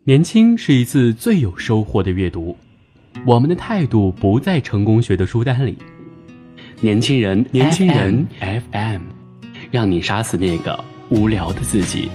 年轻是一次最有收获的阅读，我们的态度不在成功学的书单里。年轻人 FM， 让你杀死那个无聊的自己。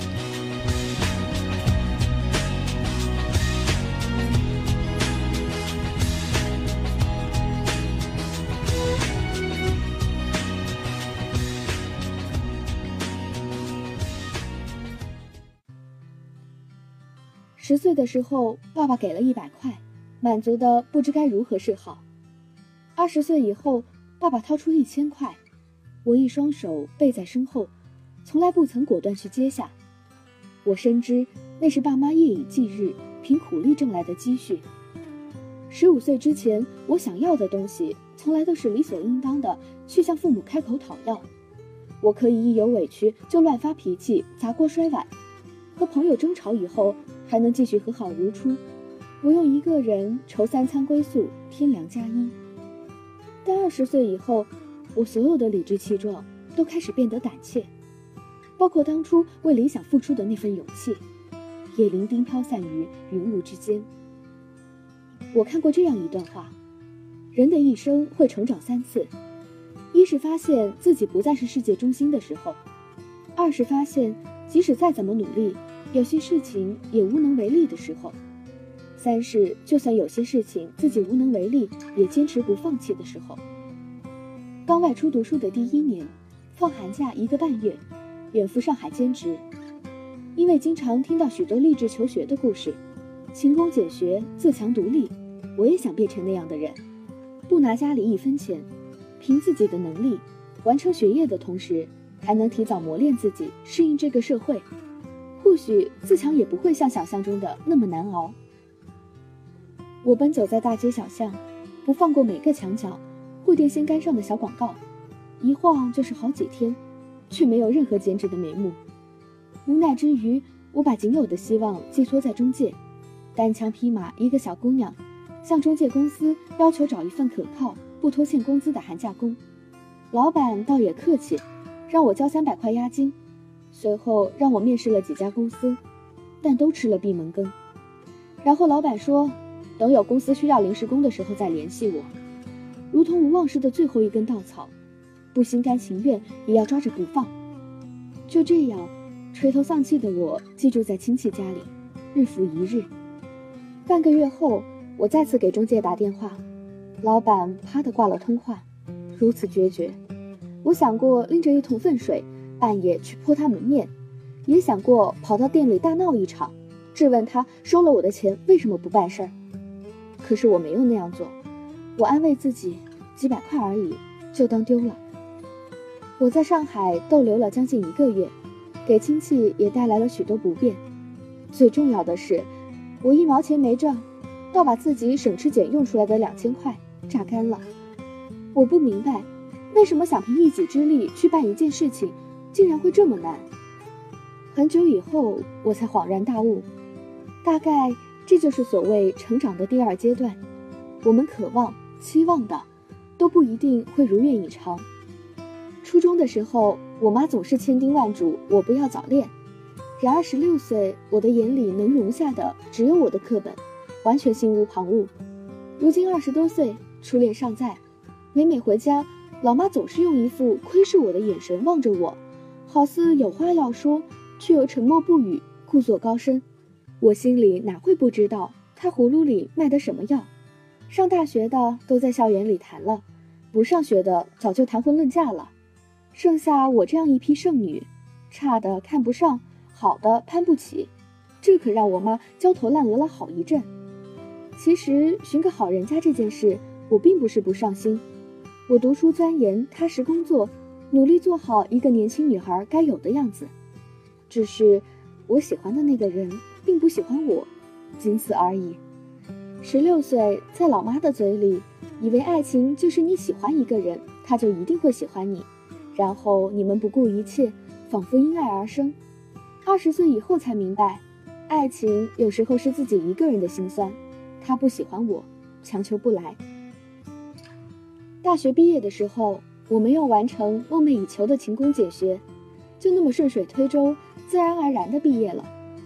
10岁的时候，爸爸给了100块，满足的不知该如何是好。20岁以后，爸爸掏出1000块，我一双手背在身后，从来不曾果断去接下。我深知那是爸妈夜以继日凭苦力挣来的积蓄。15岁之前，我想要的东西从来都是理所应当的去向父母开口讨要。我可以一有委屈就乱发脾气，砸锅摔碗，和朋友争吵以后还能继续和好如初，不用一个人愁3餐归宿，天良加衣。但20岁以后，我所有的理直气壮都开始变得胆怯，包括当初为理想付出的那份勇气，也零丁飘散于云雾之间。我看过这样一段话，人的一生会成长3次，一是发现自己不再是世界中心的时候，二是发现即使再怎么努力，有些事情也无能为力的时候，三是就算有些事情自己无能为力，也坚持不放弃的时候。刚外出读书的第1年，放寒假1个半月，远赴上海兼职。因为经常听到许多励志求学的故事，勤工俭学，自强独立，我也想变成那样的人，不拿家里1分钱，凭自己的能力完成学业的同时，还能提早磨练自己，适应这个社会。或许自强也不会像想象中的那么难熬。我奔走在大街小巷，不放过每个墙角或电线杆上的小广告，一晃就是好几天，却没有任何减脂的眉目。无奈之余，我把仅有的希望寄托在中介，单枪匹马一个小姑娘，向中介公司要求找一份可靠、不拖欠工资的寒假工。老板倒也客气，让我交300块押金，随后让我面试了几家公司，但都吃了闭门羹。然后老板说，等有公司需要临时工的时候再联系我。如同无望时的最后一根稻草，不心甘情愿也要抓着不放。就这样，垂头丧气的我寄住在亲戚家里，日复一日。半个月后，我再次给中介打电话，老板啪地挂了通话，如此决绝。我想过拎着1桶粪水半夜去泼他门面，也想过跑到店里大闹一场，质问他收了我的钱为什么不办事儿。可是我没有那样做，我安慰自己，几百块而已，就当丢了。我在上海逗留了将近1个月，给亲戚也带来了许多不便。最重要的是，我1毛钱没挣，倒把自己省吃俭用出来的2000块榨干了。我不明白，为什么想凭一己之力去办一件事情，竟然会这么难。很久以后，我才恍然大悟，大概这就是所谓成长的第2阶段。我们渴望、期望的，都不一定会如愿以偿。初中的时候，我妈总是千叮万嘱我不要早恋。然而16岁，我的眼里能容下的只有我的课本，完全心无旁骛。如今20多岁，初恋尚在，每每回家，老妈总是用一副窥视我的眼神望着我，好似有话要说，却又沉默不语，故作高深。我心里哪会不知道她葫芦里卖的什么药？上大学的都在校园里谈了，不上学的早就谈婚论嫁了，剩下我这样一批剩女，差的看不上，好的攀不起，这可让我妈焦头烂额了好一阵。其实寻个好人家这件事，我并不是不上心。我读书钻研，踏实工作，努力做好一个年轻女孩该有的样子。只是我喜欢的那个人并不喜欢我，仅此而已。16岁，在老妈的嘴里，以为爱情就是你喜欢一个人，他就一定会喜欢你，然后你们不顾一切，仿佛因爱而生。20岁以后才明白，爱情有时候是自己一个人的心酸，他不喜欢我，强求不来。大学毕业的时候，我没有完成梦寐以求的勤工俭学，就那么顺水推舟，自然而然地毕业了。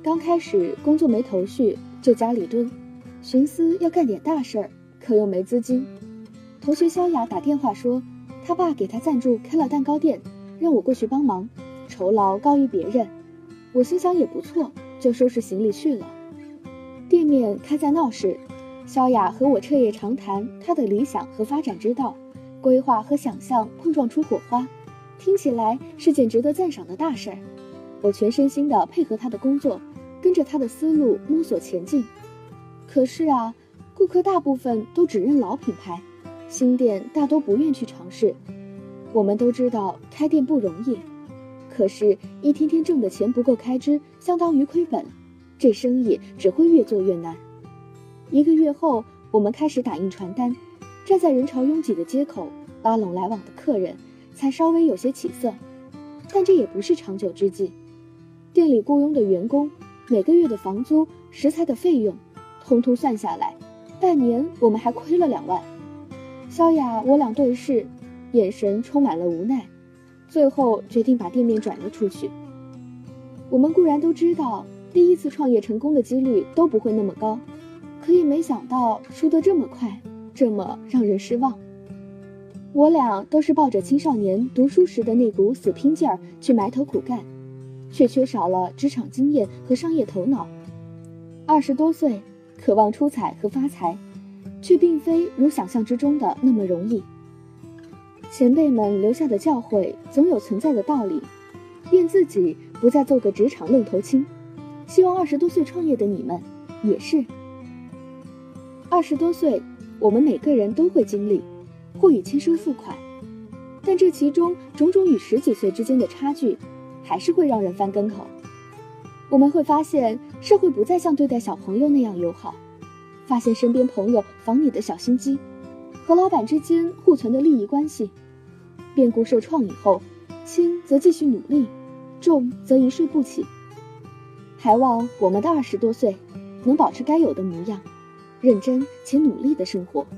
刚开始工作没头绪，就家里蹲，寻思要干点大事儿，可又没资金。同学萧雅打电话说，他爸给他赞助开了蛋糕店，让我过去帮忙，酬劳高于别人。我心想也不错，就收拾行李去了。店面开在闹市，萧雅和我彻夜长谈她的理想和发展之道，规划和想象碰撞出火花，听起来是件值得赞赏的大事儿。我全身心地配合她的工作，跟着她的思路摸索前进。可是啊，顾客大部分都只认老品牌，新店大多不愿去尝试。我们都知道开店不容易，可是一天天挣的钱不够开支，相当于亏本，这生意只会越做越难。1个月后，我们开始打印传单，站在人潮拥挤的街口，拉拢来往的客人，才稍微有些起色。但这也不是长久之计。店里雇佣的员工，每个月的房租、食材的费用，通通算下来，半年我们还亏了2万。萧雅我俩对视，眼神充满了无奈，最后决定把店面转了出去。我们固然都知道第一次创业成功的几率都不会那么高，可以没想到输得这么快，这么让人失望。我俩都是抱着青少年读书时的那股死拼劲儿去埋头苦干，却缺少了职场经验和商业头脑。20多岁，渴望出彩和发财，却并非如想象之中的那么容易。前辈们留下的教诲总有存在的道理，愿自己不再做个职场愣头青，希望20多岁创业的你们也是。20多岁，我们每个人都会经历，或与亲生付款，但这其中种种与10几岁之间的差距，还是会让人翻跟头。我们会发现社会不再像对待小朋友那样友好，发现身边朋友防你的小心机，和老板之间互存的利益关系。变故受创以后，轻则继续努力，重则一睡不起。还望我们的20多岁能保持该有的模样，认真且努力的生活。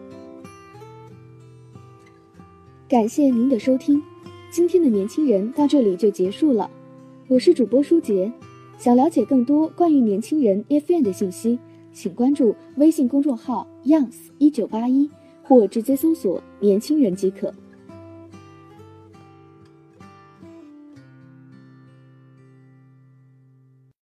感谢您的收听，今天的年轻人到这里就结束了。我是主播舒洁，想了解更多关于年轻人 FM 的信息，请关注微信公众号 Youngs1981 或直接搜索年轻人即可。